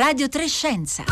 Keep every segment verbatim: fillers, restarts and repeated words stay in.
Radio tre Scienza.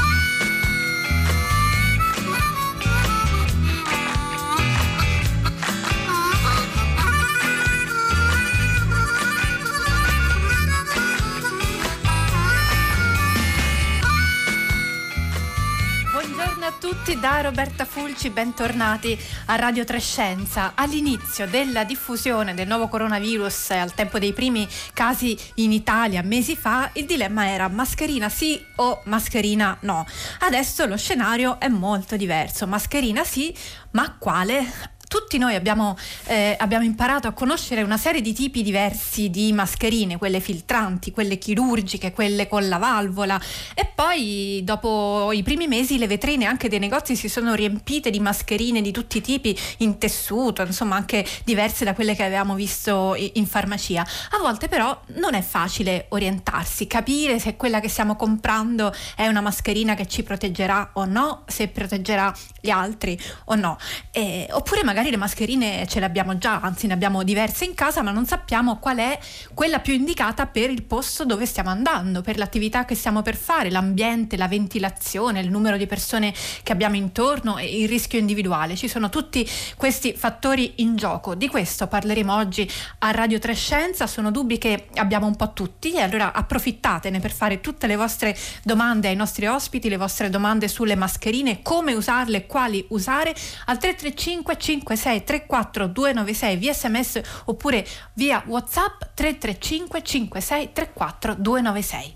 Buongiorno a tutti da Roberta Fulci, bentornati a Radio tre Scienza. All'inizio della diffusione del nuovo coronavirus, al tempo dei primi casi in Italia mesi fa, il dilemma era mascherina sì o mascherina no. Adesso lo scenario è molto diverso, mascherina sì, ma quale? Tutti noi abbiamo, eh, abbiamo imparato a conoscere una serie di tipi diversi di mascherine, quelle filtranti, quelle chirurgiche, quelle con la valvola, e poi dopo i primi mesi le vetrine anche dei negozi si sono riempite di mascherine di tutti i tipi, in tessuto, insomma anche diverse da quelle che avevamo visto in farmacia. A volte però non è facile orientarsi, capire se quella che stiamo comprando è una mascherina che ci proteggerà o no, se proteggerà gli altri o no, eh, oppure magari le mascherine ce le abbiamo già, anzi ne abbiamo diverse in casa, ma non sappiamo qual è quella più indicata per il posto dove stiamo andando, per l'attività che stiamo per fare, l'ambiente, la ventilazione, il numero di persone che abbiamo intorno e il rischio individuale. Ci sono tutti questi fattori in gioco. Di questo parleremo oggi a Radio tre Scienza. Sono dubbi che abbiamo un po' tutti, e allora approfittatene per fare tutte le vostre domande ai nostri ospiti, le vostre domande sulle mascherine, come usarle, quali usare, al tre tre cinque cinque sei tre quattro due nove sei via sms oppure via WhatsApp tre tre cinque cinque sei tre quattro due nove sei.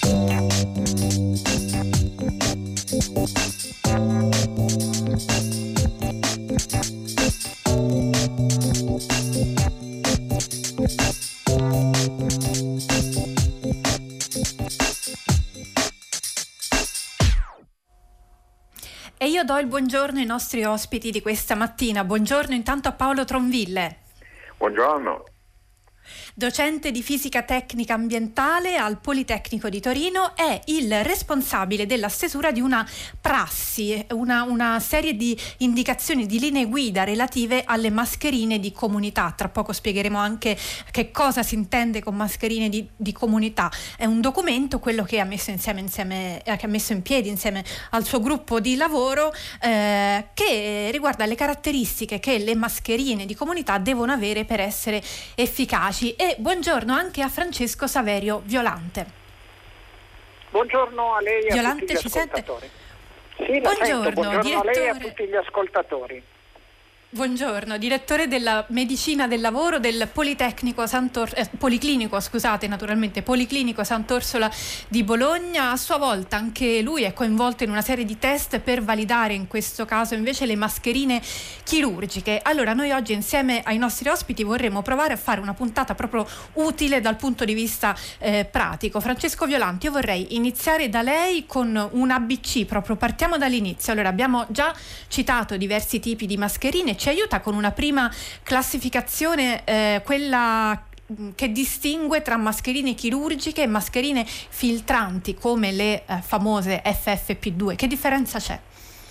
E io do il buongiorno ai nostri ospiti di questa mattina. Buongiorno intanto a Paolo Tronville. Buongiorno. Docente di fisica tecnica ambientale al Politecnico di Torino, è il responsabile della stesura di una prassi, una, una serie di indicazioni, di linee guida relative alle mascherine di comunità. Tra poco spiegheremo anche che cosa si intende con mascherine di, di comunità. È un documento, quello che ha messo insieme, insieme eh, che ha messo in piedi insieme al suo gruppo di lavoro, eh, che riguarda le caratteristiche che le mascherine di comunità devono avere per essere efficaci. E buongiorno anche a Francesco Saverio Violante. Buongiorno a lei e Violante, a tutti gli ci ascoltatori. sente? Sì, la buongiorno, sento. Buongiorno direttore... a lei e a tutti gli ascoltatori. Buongiorno, direttore della medicina del lavoro del Politecnico Sant'Or- eh, Policlinico, scusate, naturalmente Policlinico Sant'Orsola di Bologna. A sua volta anche lui è coinvolto in una serie di test per validare in questo caso invece le mascherine chirurgiche. Allora noi oggi insieme ai nostri ospiti vorremmo provare a fare una puntata proprio utile dal punto di vista eh, pratico. Francesco Violante, io vorrei iniziare da lei con un A B C, proprio partiamo dall'inizio. Allora abbiamo già citato diversi tipi di mascherine. Ci aiuta con una prima classificazione, eh, quella che distingue tra mascherine chirurgiche e mascherine filtranti come le eh, famose F F P due. Che differenza c'è?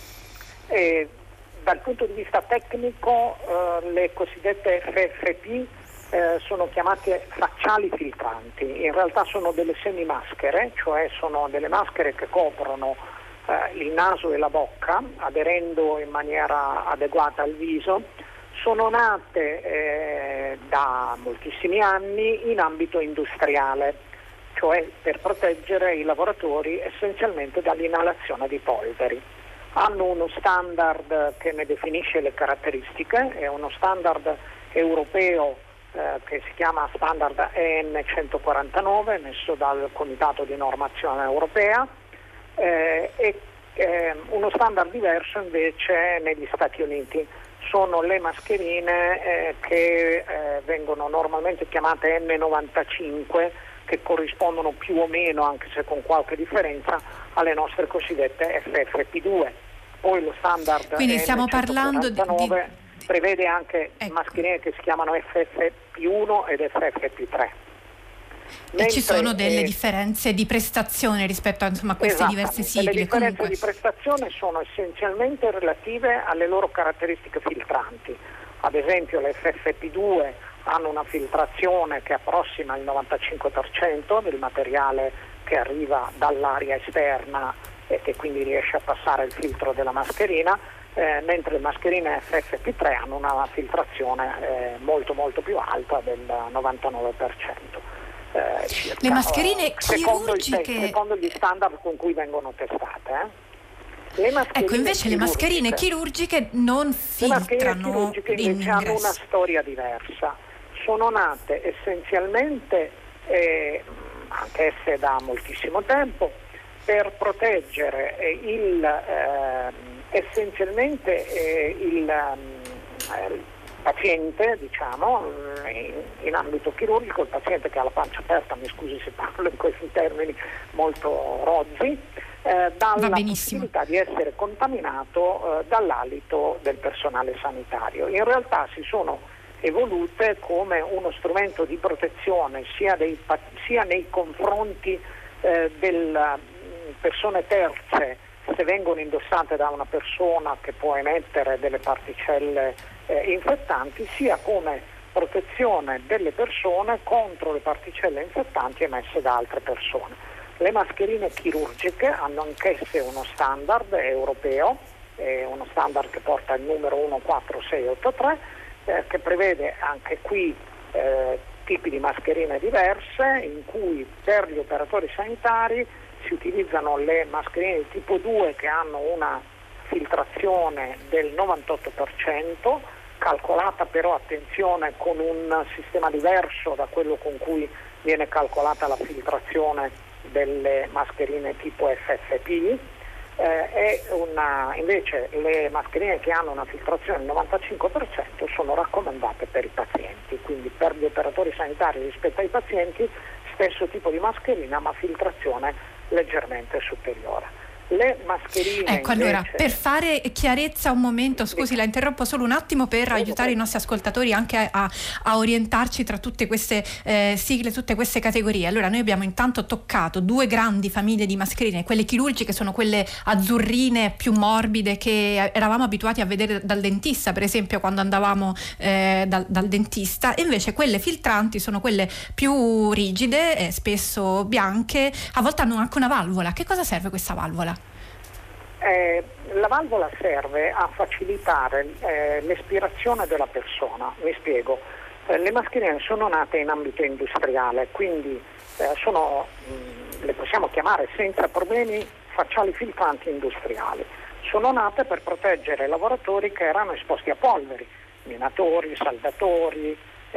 Eh, dal punto di vista tecnico eh, le cosiddette F F P eh, sono chiamate facciali filtranti. In realtà sono delle semimaschere, cioè sono delle maschere che coprono il naso e la bocca, aderendo in maniera adeguata al viso. Sono nate eh, da moltissimi anni in ambito industriale, cioè per proteggere i lavoratori essenzialmente dall'inalazione di polveri. Hanno uno standard che ne definisce le caratteristiche, è uno standard europeo eh, che si chiama standard E N centoquarantanove, messo dal Comitato di Normazione Europea. Eh, e eh, uno standard diverso invece negli Stati Uniti. Sono le mascherine eh, che eh, vengono normalmente chiamate N novantacinque, che corrispondono più o meno, anche se con qualche differenza, alle nostre cosiddette F F P due. Poi lo standard Quindi stiamo N centoquarantanove parlando di, di... prevede anche ecco. mascherine che si chiamano F F P uno ed F F P tre. E ci sono delle eh, differenze di prestazione rispetto a, insomma, a queste diverse sigle. Le differenze Comunque... di prestazione sono essenzialmente relative alle loro caratteristiche filtranti. Ad esempio le F F P due hanno una filtrazione che approssima il novantacinque per cento del materiale che arriva dall'aria esterna e che quindi riesce a passare il filtro della mascherina, eh, mentre le mascherine F F P tre hanno una filtrazione eh, molto molto più alta del novantanove per cento. Eh, circa, le mascherine secondo chirurgiche il, secondo gli standard con cui vengono testate. Eh? Le ecco, invece le mascherine chirurgiche non filtrano. Le mascherine chirurgiche invece hanno una storia diversa. Sono nate essenzialmente, eh, anche esse da moltissimo tempo, per proteggere eh, il, eh, essenzialmente eh, il, eh, paziente, diciamo, in, in ambito chirurgico, il paziente che ha la pancia aperta, mi scusi se parlo in questi termini molto rozzi, eh, dalla possibilità di essere contaminato eh, dall'alito del personale sanitario. In realtà si sono evolute come uno strumento di protezione sia, dei, sia nei confronti eh, delle persone terze, se vengono indossate da una persona che può emettere delle particelle eh, infettanti, sia come protezione delle persone contro le particelle infettanti emesse da altre persone. Le mascherine chirurgiche hanno anch'esse uno standard europeo, eh, uno standard che porta il numero uno quattro sei otto tre, eh, che prevede anche qui eh, tipi di mascherine diverse, in cui per gli operatori sanitari si utilizzano le mascherine tipo due che hanno una filtrazione del novantotto per cento, calcolata però, attenzione, con un sistema diverso da quello con cui viene calcolata la filtrazione delle mascherine tipo F F P. Eh, è una, invece le mascherine che hanno una filtrazione del novantacinque per cento sono raccomandate per i pazienti, quindi per gli operatori sanitari rispetto ai pazienti stesso tipo di mascherina ma filtrazione leggermente superiore. Le mascherine ecco invece... allora per fare chiarezza un momento, scusi la interrompo solo un attimo per aiutare i nostri ascoltatori anche a, a orientarci tra tutte queste eh, sigle, tutte queste categorie. Allora noi abbiamo intanto toccato due grandi famiglie di mascherine, quelle chirurgiche sono quelle azzurrine più morbide che eravamo abituati a vedere dal dentista, per esempio quando andavamo eh, dal, dal dentista, e invece quelle filtranti sono quelle più rigide, eh, spesso bianche, a volte hanno anche una valvola. Che cosa serve questa valvola? Eh, la valvola serve a facilitare eh, l'espirazione della persona. Mi spiego. Eh, le mascherine sono nate in ambito industriale, quindi eh, sono, mh, le possiamo chiamare senza problemi facciali filtranti industriali. Sono nate per proteggere i lavoratori che erano esposti a polveri, minatori, saldatori,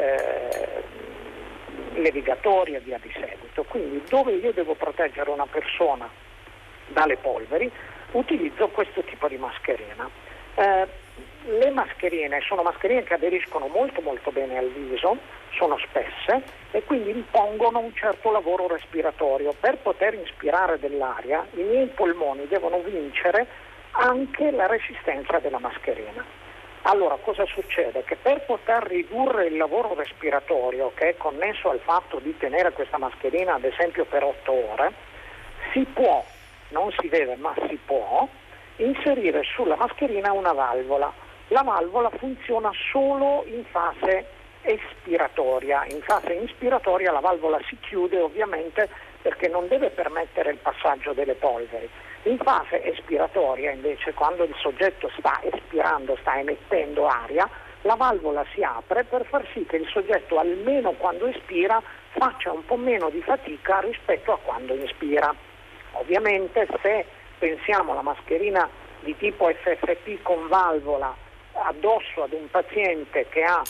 eh, levigatori e via di seguito. Quindi dove io devo proteggere una persona dalle polveri, utilizzo questo tipo di mascherina. Eh, le mascherine sono mascherine che aderiscono molto molto bene al viso, sono spesse e quindi impongono un certo lavoro respiratorio. Per poter inspirare dell'aria i miei polmoni devono vincere anche la resistenza della mascherina. Allora cosa succede? Che per poter ridurre il lavoro respiratorio, che è connesso al fatto di tenere questa mascherina ad esempio per otto ore, si può, non si deve ma si può, inserire sulla mascherina una valvola. La valvola funziona solo in fase espiratoria. In fase inspiratoria la valvola si chiude ovviamente perché non deve permettere il passaggio delle polveri. In fase espiratoria invece, quando il soggetto sta espirando, sta emettendo aria, la valvola si apre per far sì che il soggetto almeno quando espira faccia un po' meno di fatica rispetto a quando inspira. Ovviamente se pensiamo alla mascherina di tipo F F P con valvola addosso ad un paziente che ha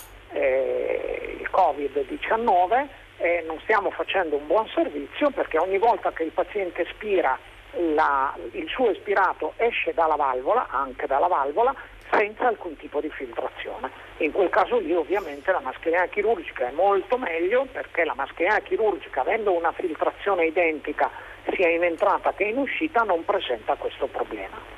eh, il covid diciannove, eh, non stiamo facendo un buon servizio, perché ogni volta che il paziente espira la, il suo espirato esce dalla valvola, anche dalla valvola, senza alcun tipo di filtrazione. In quel caso lì ovviamente la mascherina chirurgica è molto meglio, perché la mascherina chirurgica, avendo una filtrazione identica sia in entrata che in uscita, non presenta questo problema.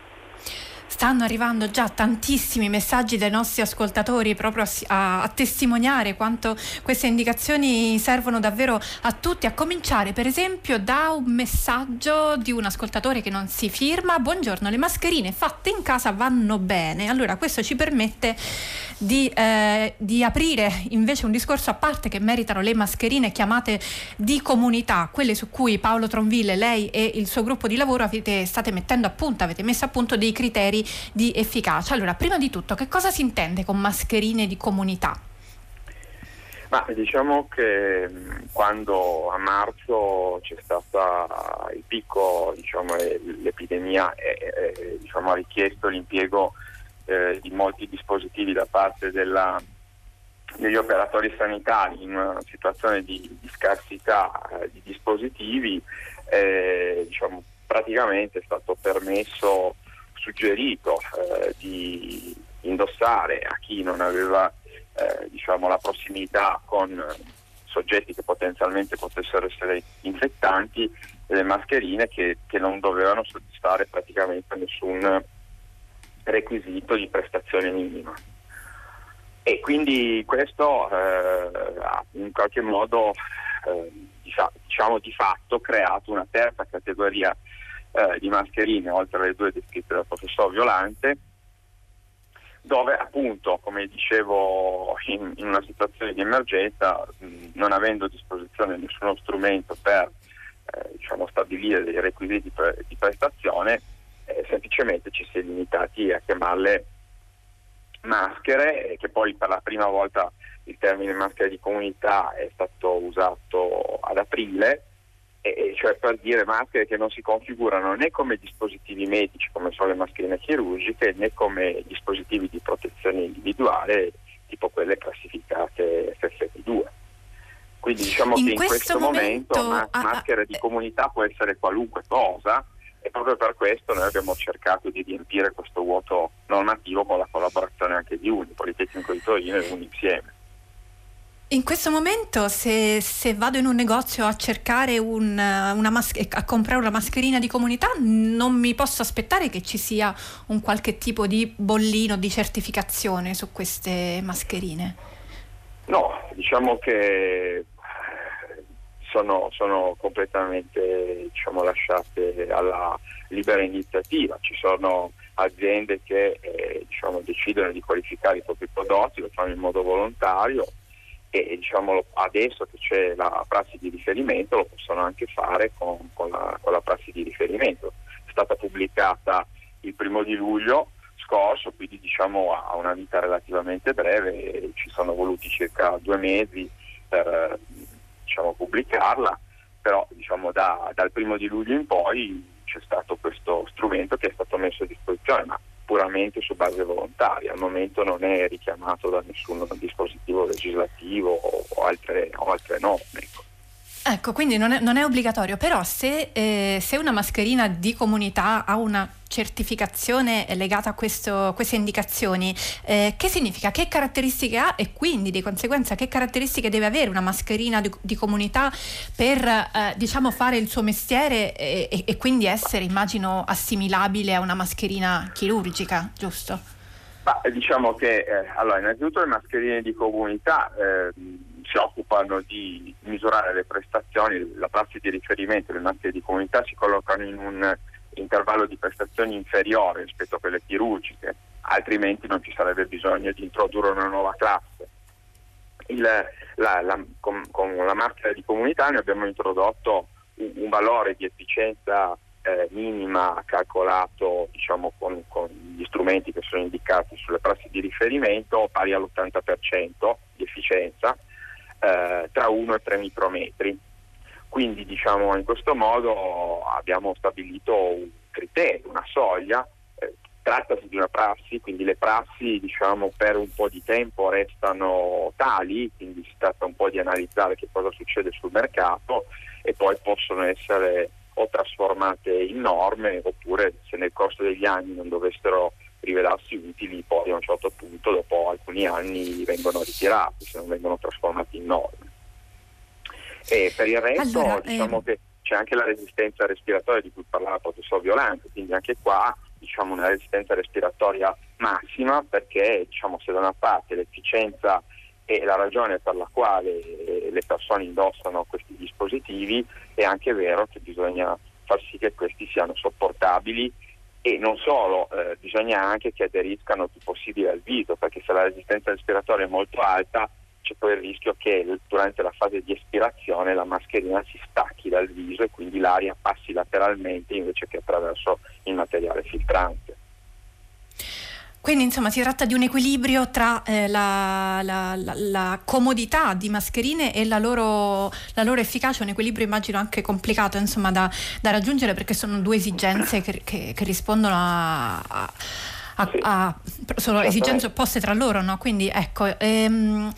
Stanno arrivando già tantissimi messaggi dai nostri ascoltatori proprio a, a, a testimoniare quanto queste indicazioni servono davvero a tutti, a cominciare per esempio da un messaggio di un ascoltatore che non si firma. Buongiorno, le mascherine fatte in casa vanno bene. Allora questo ci permette di, eh, di aprire invece un discorso a parte che meritano le mascherine chiamate di comunità, quelle su cui Paolo Tronville, lei e il suo gruppo di lavoro avete, state mettendo a punto, avete messo a punto dei criteri di efficacia. Allora, prima di tutto, che cosa si intende con mascherine di comunità? Ma diciamo che quando a marzo c'è stato il picco, diciamo, l'epidemia e, e, diciamo, ha richiesto l'impiego eh, di molti dispositivi da parte della, degli operatori sanitari in una situazione di, di scarsità eh, di dispositivi, eh, diciamo, praticamente è stato permesso, suggerito eh, di indossare a chi non aveva Eh, diciamo la prossimità con soggetti che potenzialmente potessero essere infettanti, delle mascherine che, che non dovevano soddisfare praticamente nessun requisito di prestazione minima, e quindi questo eh, ha in qualche modo eh, diciamo di fatto creato una terza categoria eh, di mascherine oltre alle due descritte dal professor Violante, dove appunto, come dicevo, in, in una situazione di emergenza, mh, non avendo a disposizione nessuno strumento per eh, diciamo, stabilire dei requisiti pre- di prestazione, eh, semplicemente ci si è limitati a chiamarle maschere, e che poi per la prima volta il termine maschera di comunità è stato usato ad aprile, e cioè per dire maschere che non si configurano né come dispositivi medici come sono le mascherine chirurgiche, né come dispositivi di protezione individuale tipo quelle classificate F F P due. Quindi diciamo in che in questo, questo momento, momento ma- ah, maschera di comunità può essere qualunque cosa, e proprio per questo noi abbiamo cercato di riempire questo vuoto normativo con la collaborazione anche di Uni, Politecnico di Torino e Uni insieme. In questo momento se, se vado in un negozio a cercare un, una mas- a comprare una mascherina di comunità, non mi posso aspettare che ci sia un qualche tipo di bollino di certificazione su queste mascherine? No, diciamo che sono, sono completamente diciamo, lasciate alla libera iniziativa. Ci sono aziende che eh, diciamo, decidono di qualificare i propri prodotti, lo fanno in modo volontario, e diciamo adesso che c'è la prassi di riferimento lo possono anche fare con, con, la, con la prassi di riferimento. È stata pubblicata il primo di luglio scorso, quindi diciamo ha una vita relativamente breve, ci sono voluti circa due mesi per diciamo pubblicarla, però diciamo da, dal primo di luglio in poi c'è stato questo strumento che è stato messo a disposizione, ma puramente su base volontaria. Al momento non è richiamato da nessun dispositivo legislativo o, o, altre, o altre norme. Ecco. Ecco, quindi non è, non è obbligatorio, però se, eh, se una mascherina di comunità ha una certificazione legata a questo, queste indicazioni, eh, che significa? Che caratteristiche ha, e quindi di conseguenza che caratteristiche deve avere una mascherina di, di comunità per eh, diciamo fare il suo mestiere e, e, e quindi essere, immagino, assimilabile a una mascherina chirurgica, giusto? Ma, diciamo che eh, allora innanzitutto le mascherine di comunità eh, si occupano di misurare le prestazioni, la prassi di riferimento. Le mascherine di comunità si collocano in un intervallo di prestazioni inferiore rispetto a quelle chirurgiche, altrimenti non ci sarebbe bisogno di introdurre una nuova classe. Il, la, la, con, con la maschera di comunità noi abbiamo introdotto un, un valore di efficienza eh, minima calcolato diciamo con, con gli strumenti che sono indicati sulle prassi di riferimento, pari all'ottanta per cento di efficienza eh, tra uno e tre micrometri. Quindi diciamo in questo modo abbiamo stabilito un criterio, una soglia. Eh, trattasi di una prassi, quindi le prassi diciamo per un po' di tempo restano tali, quindi si tratta un po' di analizzare che cosa succede sul mercato e poi possono essere o trasformate in norme, oppure se nel corso degli anni non dovessero rivelarsi utili, poi a un certo punto dopo alcuni anni vengono ritirati se non vengono trasformati in norme. E per il resto allora, diciamo eh... che c'è anche la resistenza respiratoria di cui parlava il professor Violante, quindi anche qua diciamo una resistenza respiratoria massima, perché diciamo se da una parte l'efficienza è la ragione per la quale le persone indossano questi dispositivi, è anche vero che bisogna far sì che questi siano sopportabili e non solo, eh, bisogna anche che aderiscano il più possibile al viso, perché se la resistenza respiratoria è molto alta c'è poi il rischio che durante la fase di espirazione la mascherina si stacchi dal viso e quindi l'aria passi lateralmente invece che attraverso il materiale filtrante. Quindi insomma si tratta di un equilibrio tra eh, la, la, la, la comodità di mascherine e la loro, la loro efficacia, un equilibrio immagino anche complicato insomma da, da raggiungere, perché sono due esigenze che, che, che rispondono a, a, a, sì. a sono esigenze opposte tra loro, no? Quindi ecco ehm,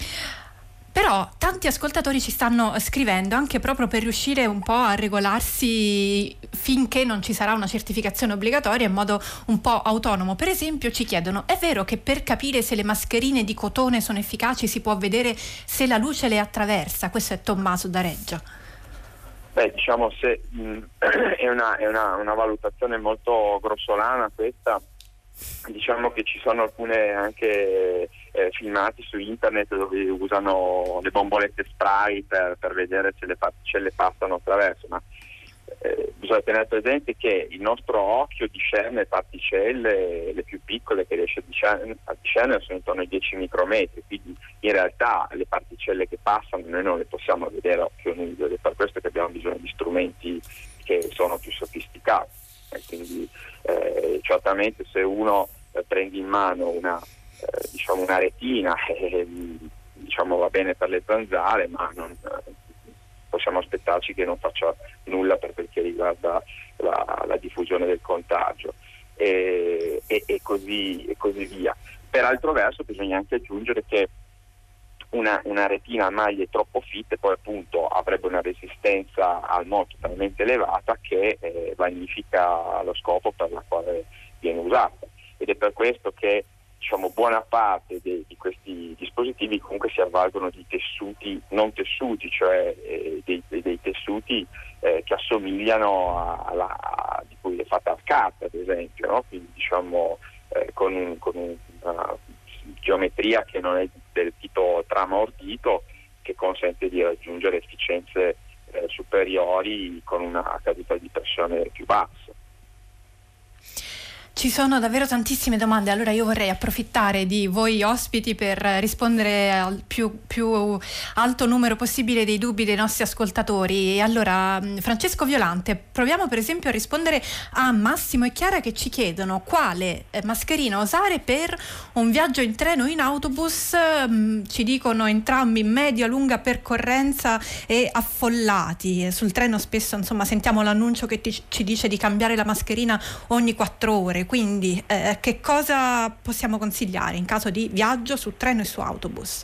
però tanti ascoltatori ci stanno scrivendo anche proprio per riuscire un po' a regolarsi finché non ci sarà una certificazione obbligatoria in modo un po' autonomo. Per esempio ci chiedono: è vero che per capire se le mascherine di cotone sono efficaci si può vedere se la luce le attraversa? Questo è Tommaso da Reggio. Beh, diciamo se mh, è, una, è una, una valutazione molto grossolana questa. Diciamo che ci sono alcune anche eh, filmati su internet dove usano le bombolette spray per, per vedere se le particelle passano attraverso, ma eh, bisogna tenere presente che il nostro occhio discerne particelle, le più piccole che riesce a discernere, a discernere sono intorno ai dieci micrometri, quindi in realtà le particelle che passano noi non le possiamo vedere a occhio nudo, ed è per questo che abbiamo bisogno di strumenti che sono più sofisticati. E quindi eh, certamente se uno eh, prende in mano una, eh, diciamo una retina eh, diciamo va bene per le zanzare, ma non eh, possiamo aspettarci che non faccia nulla per quel che riguarda la, la diffusione del contagio e, e, e, così, e così via. Per altro verso bisogna anche aggiungere che Una, una retina a maglie troppo fitte poi appunto avrebbe una resistenza al moto talmente elevata che eh, vanifica lo scopo per la quale viene usata, ed è per questo che diciamo buona parte de, di questi dispositivi comunque si avvalgono di tessuti non tessuti, cioè eh, dei, dei tessuti eh, che assomigliano alla a, di cui è fatta la carta, ad esempio, no? Quindi diciamo eh, con, un, con una geometria che non è del tipo tramordito, che consente di raggiungere efficienze eh, superiori con una caduta di pressione più bassa. Ci sono davvero tantissime domande, allora io vorrei approfittare di voi ospiti per rispondere al più, più alto numero possibile dei dubbi dei nostri ascoltatori. E allora, Francesco Violante, proviamo per esempio a rispondere a Massimo e Chiara che ci chiedono quale mascherina usare per un viaggio in treno o in autobus. Ci dicono entrambi media lunga percorrenza e affollati. Sul treno spesso insomma sentiamo l'annuncio che ti, ci dice di cambiare la mascherina ogni quattro ore. Quindi eh, che cosa possiamo consigliare in caso di viaggio su treno e su autobus?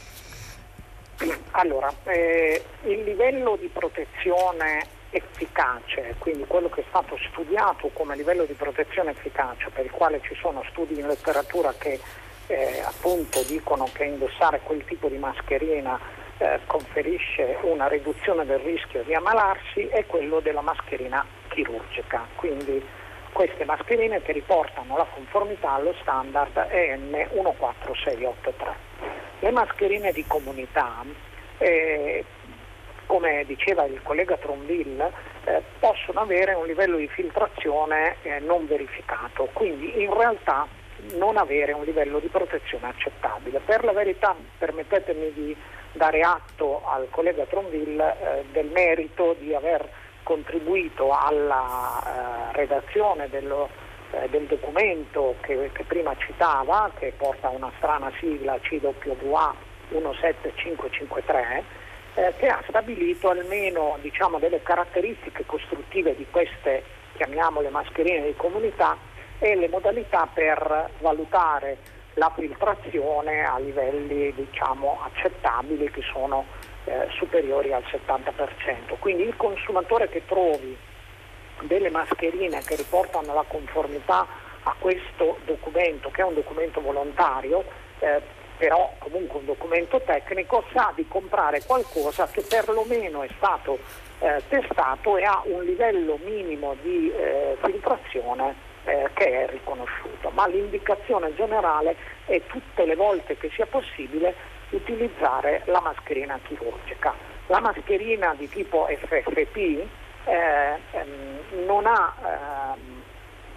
Allora, eh, il livello di protezione efficace, quindi quello che è stato studiato come livello di protezione efficace, per il quale ci sono studi in letteratura che eh, appunto dicono che indossare quel tipo di mascherina eh, conferisce una riduzione del rischio di ammalarsi, è quello della mascherina chirurgica, quindi queste mascherine che riportano la conformità allo standard E N uno quattro sei otto tre. Le mascherine di comunità, eh, come diceva il collega Tronville, eh, possono avere un livello di filtrazione eh, non verificato, quindi in realtà non avere un livello di protezione accettabile. Per la verità, permettetemi di dare atto al collega Tronville eh, del merito di aver contribuito alla eh, redazione dello, eh, del documento che, che prima citava, che porta una strana sigla C W A uno sette cinque cinque tre, eh, che ha stabilito almeno diciamo, delle caratteristiche costruttive di queste, chiamiamole mascherine di comunità, e le modalità per valutare la filtrazione a livelli diciamo, accettabili, che sono Eh, superiori al settanta per cento. Quindi il consumatore che trovi delle mascherine che riportano la conformità a questo documento, che è un documento volontario, eh, però comunque un documento tecnico, sa di comprare qualcosa che perlomeno è stato eh, testato e ha un livello minimo di eh, filtrazione eh, che è riconosciuto. Ma l'indicazione generale è tutte le volte che sia possibile utilizzare la mascherina chirurgica. La mascherina di tipo F F P eh, ehm, non ha ehm,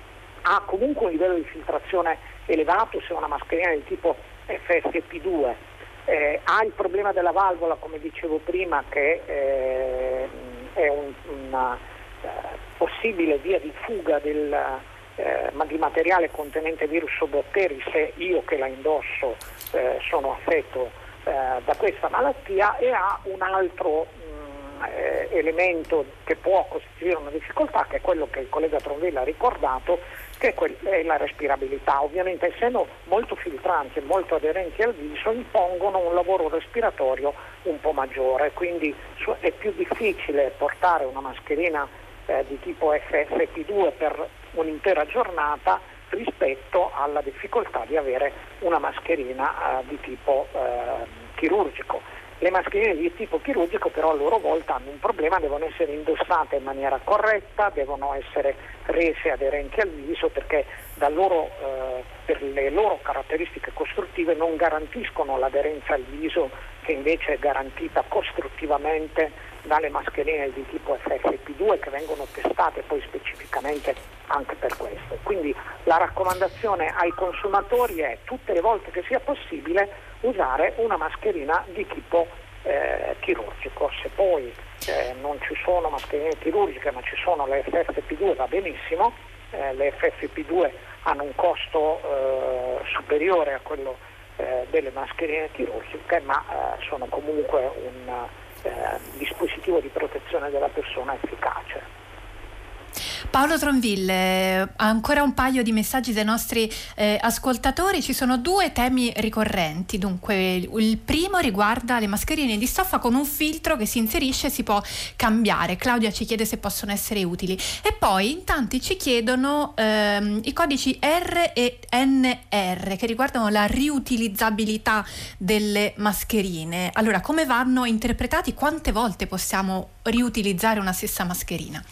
ha comunque un livello di filtrazione elevato se è una mascherina di tipo F F P due, eh, ha il problema della valvola, come dicevo prima, che eh, è un, una eh, possibile via di fuga del, eh, di materiale contenente virus o batteri se io che la indosso eh, sono affetto eh, da questa malattia, e ha un altro mh, eh, elemento che può costituire una difficoltà, che è quello che il collega Tronville ha ricordato, che è, quel, è la respirabilità. Ovviamente, essendo molto filtranti e molto aderenti al viso, impongono un lavoro respiratorio un po' maggiore, quindi è più difficile portare una mascherina eh, di tipo F F P due per un'intera giornata rispetto alla difficoltà di avere una mascherina eh, di tipo eh, chirurgico. Le mascherine di tipo chirurgico però a loro volta hanno un problema, devono essere indossate in maniera corretta, devono essere rese aderenti al viso, perché da loro, eh, per le loro caratteristiche costruttive non garantiscono l'aderenza al viso, che invece è garantita costruttivamente dalle mascherine di tipo F F P due, che vengono testate poi specificamente anche per questo. Quindi la raccomandazione ai consumatori è, tutte le volte che sia possibile, usare una mascherina di tipo eh, chirurgico. Se poi eh, non ci sono mascherine chirurgiche ma ci sono le F F P due, va benissimo. Eh, le F F P due hanno un costo eh, superiore a quello eh, delle mascherine chirurgiche, ma eh, sono comunque un eh, dispositivo di protezione della persona efficace. Paolo Tronville, ancora un paio di messaggi dai nostri eh, ascoltatori. Ci sono due temi ricorrenti. Dunque, il primo riguarda le mascherine di stoffa con un filtro che si inserisce e si può cambiare. Claudia ci chiede se possono essere utili. E poi in tanti ci chiedono ehm, i codici R e N R che riguardano la riutilizzabilità delle mascherine. Allora, come vanno interpretati? Quante volte possiamo riutilizzare una stessa mascherina?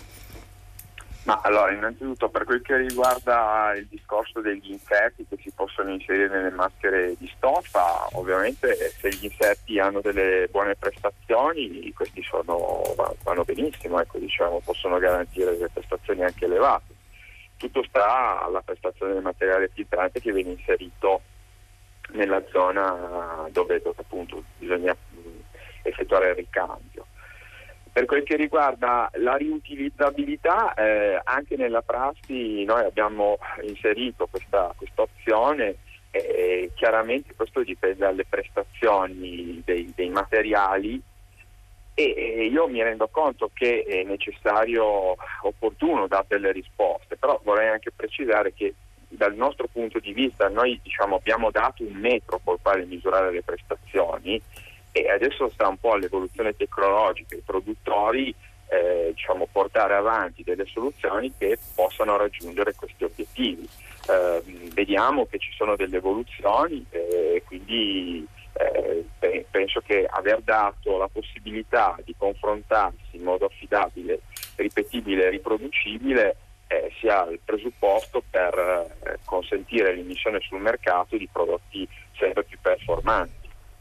Ma allora, innanzitutto, per quel che riguarda il discorso degli inserti che si possono inserire nelle maschere di stoffa, ovviamente se gli inserti hanno delle buone prestazioni, questi sono, vanno benissimo, ecco, diciamo, possono garantire delle prestazioni anche elevate. Tutto sta alla prestazione del materiale filtrante che viene inserito nella zona dove, dove appunto bisogna effettuare il ricambio. Per quel che riguarda la riutilizzabilità, eh, anche nella prassi noi abbiamo inserito questa, questa opzione, e chiaramente questo dipende dalle prestazioni dei, dei materiali, e, e io mi rendo conto che è necessario, opportuno date le risposte, però vorrei anche precisare che dal nostro punto di vista noi, diciamo, abbiamo dato un metro col quale misurare le prestazioni, e adesso sta un po' all'evoluzione tecnologica, i produttori eh, diciamo, portare avanti delle soluzioni che possano raggiungere questi obiettivi. Eh, vediamo che ci sono delle evoluzioni, e eh, quindi eh, penso che aver dato la possibilità di confrontarsi in modo affidabile, ripetibile e riproducibile eh, sia il presupposto per eh, consentire l'immissione sul mercato di prodotti sempre più performanti.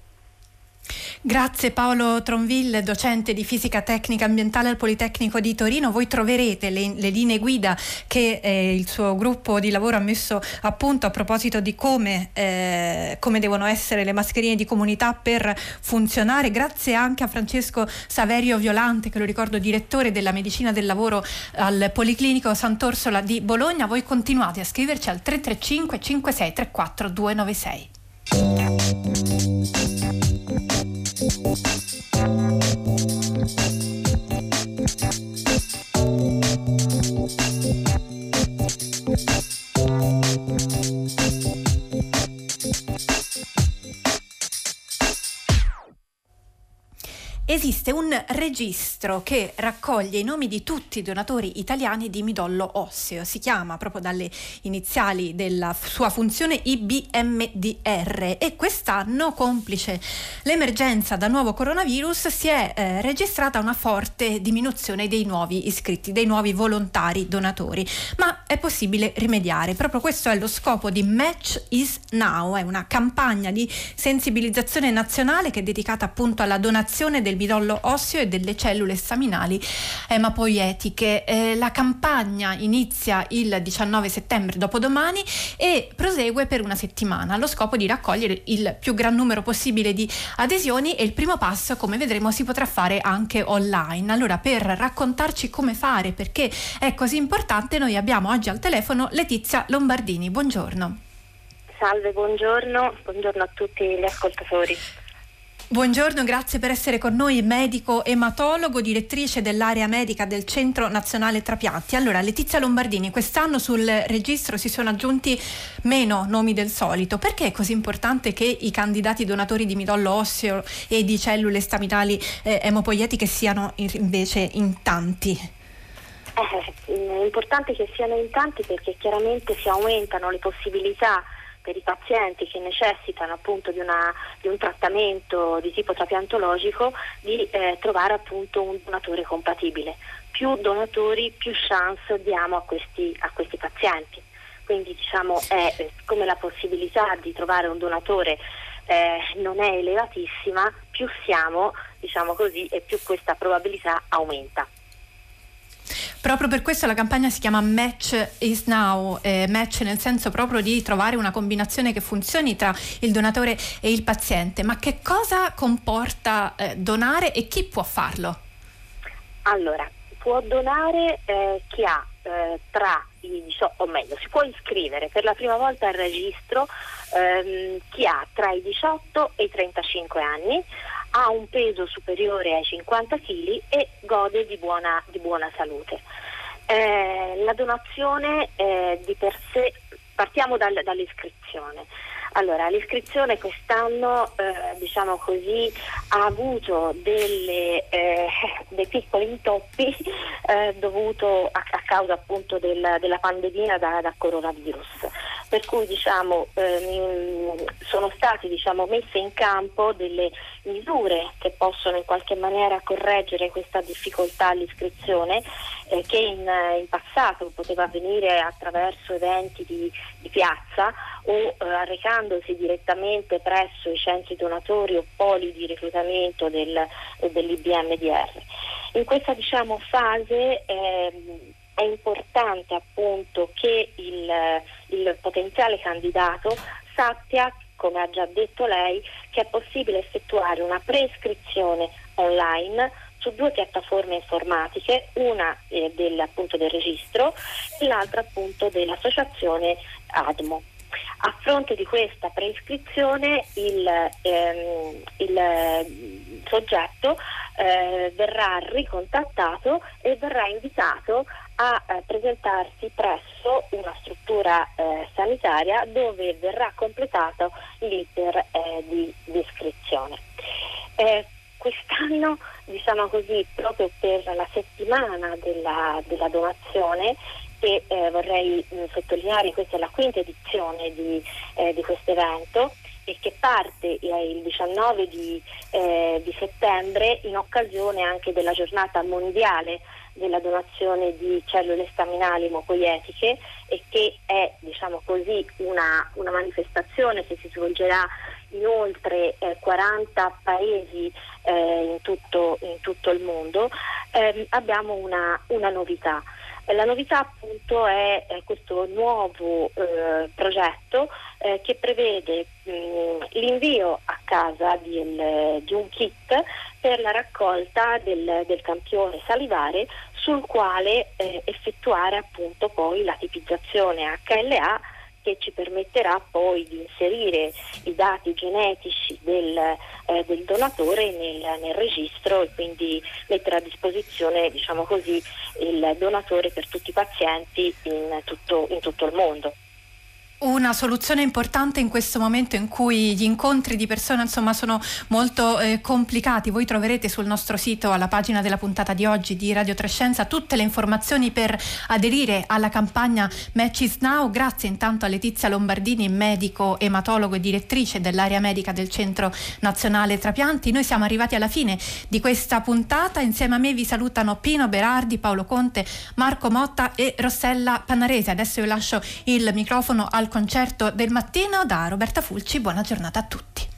Grazie Paolo Tronville, docente di fisica tecnica ambientale al Politecnico di Torino. Voi troverete le, le linee guida che eh, il suo gruppo di lavoro ha messo a punto a proposito di come, eh, come devono essere le mascherine di comunità per funzionare. Grazie anche a Francesco Saverio Violante, che lo ricordo direttore della medicina del lavoro al Policlinico Sant'Orsola di Bologna. Voi continuate a scriverci al tre tre cinque cinque sei tre quattro due nove sei. Esiste un registro che raccoglie i nomi di tutti i donatori italiani di midollo osseo. Si chiama, proprio dalle iniziali della sua funzione, I B M D R, e quest'anno, complice l'emergenza da nuovo coronavirus, si è eh, registrata una forte diminuzione dei nuovi iscritti, dei nuovi volontari donatori, ma è possibile rimediare. Proprio questo è lo scopo di Match is Now, è una campagna di sensibilizzazione nazionale che è dedicata appunto alla donazione del midollo midollo osseo e delle cellule staminali emopoietiche. Eh, la campagna inizia il diciannove settembre, dopodomani, e prosegue per una settimana allo scopo di raccogliere il più gran numero possibile di adesioni, e il primo passo, come vedremo, si potrà fare anche online. Allora, per raccontarci come fare, perché è così importante, noi abbiamo oggi al telefono Letizia Lombardini. Buongiorno. Salve, buongiorno, buongiorno a tutti gli ascoltatori. Buongiorno, grazie per essere con noi, medico ematologo, direttrice dell'area medica del Centro Nazionale Trapianti. Allora, Letizia Lombardini, quest'anno sul registro si sono aggiunti meno nomi del solito. Perché è così importante che i candidati donatori di midollo osseo e di cellule staminali eh, emopoietiche siano invece in tanti? Eh, è importante che siano in tanti perché chiaramente si aumentano le possibilità per i pazienti che necessitano appunto di, una, di un trattamento di tipo trapiantologico di eh, trovare appunto un donatore compatibile. Più donatori, più chance diamo a questi, a questi pazienti. Quindi diciamo è come la possibilità di trovare un donatore eh, non è elevatissima, più siamo, diciamo così, e più questa probabilità aumenta. Proprio per questo la campagna si chiama Match is Now, eh, match nel senso proprio di trovare una combinazione che funzioni tra il donatore e il paziente. Ma che cosa comporta eh, donare e chi può farlo? Allora, può donare eh, chi ha eh, tra i diciotto, o meglio, si può iscrivere per la prima volta al registro ehm, chi ha tra i diciotto e i trentacinque anni, ha un peso superiore ai cinquanta chili e gode di buona, di buona salute. Eh, la donazione eh, di per sé, partiamo dal, dall'iscrizione. Allora, l'iscrizione quest'anno, eh, diciamo così, ha avuto delle, eh, dei piccoli intoppi eh, dovuto a, a causa appunto del, della pandemia da, da coronavirus. Per cui diciamo ehm, sono state diciamo messe in campo delle misure che possono in qualche maniera correggere questa difficoltà all'iscrizione eh, che in, in passato poteva avvenire attraverso eventi di, di piazza o eh, recandosi direttamente presso i centri donatori o poli di reclutamento del, dell'I B M D R. In questa diciamo fase ehm, è importante appunto che il, il potenziale candidato sappia, come ha già detto lei, che è possibile effettuare una prescrizione online su due piattaforme informatiche, una eh, del, appunto del registro e l'altra appunto dell'associazione ADMO. A fronte di questa preiscrizione il, ehm, il soggetto eh, verrà ricontattato e verrà invitato a eh, presentarsi presso una struttura eh, sanitaria dove verrà completato l'iter eh, di, di iscrizione. Eh, quest'anno, diciamo così, proprio per la settimana della, della donazione, e eh, vorrei mh, sottolineare, questa è la quinta edizione di, eh, di questo evento e che parte eh, il diciannove di, eh, di settembre in occasione anche della giornata mondiale della donazione di cellule staminali emopoietiche, e che è diciamo così una, una manifestazione che si svolgerà in oltre eh, quaranta paesi eh, in, tutto, in tutto il mondo. Eh, abbiamo una, una novità. La novità appunto è eh, questo nuovo eh, progetto eh, che prevede mh, l'invio a casa di, il, di un kit per la raccolta del, del campione salivare, sul quale eh, effettuare appunto poi la tipizzazione H L A, che ci permetterà poi di inserire i dati genetici del, eh, del donatore nel, nel registro e quindi mettere a disposizione, diciamo così, il donatore per tutti i pazienti in tutto, in tutto il mondo. Una soluzione importante in questo momento in cui gli incontri di persona insomma sono molto eh, complicati. Voi troverete sul nostro sito, alla pagina della puntata di oggi di Radio Trescenza, tutte le informazioni per aderire alla campagna Match is Now. Grazie intanto a Letizia Lombardini, medico ematologo e direttrice dell'area medica del Centro Nazionale Trapianti. Noi siamo arrivati alla fine di questa puntata. Insieme a me vi salutano Pino Berardi, Paolo Conte, Marco Motta e Rossella Pannarese. Adesso io lascio il microfono al concerto del mattino da Roberta Fulci. Buona giornata a tutti.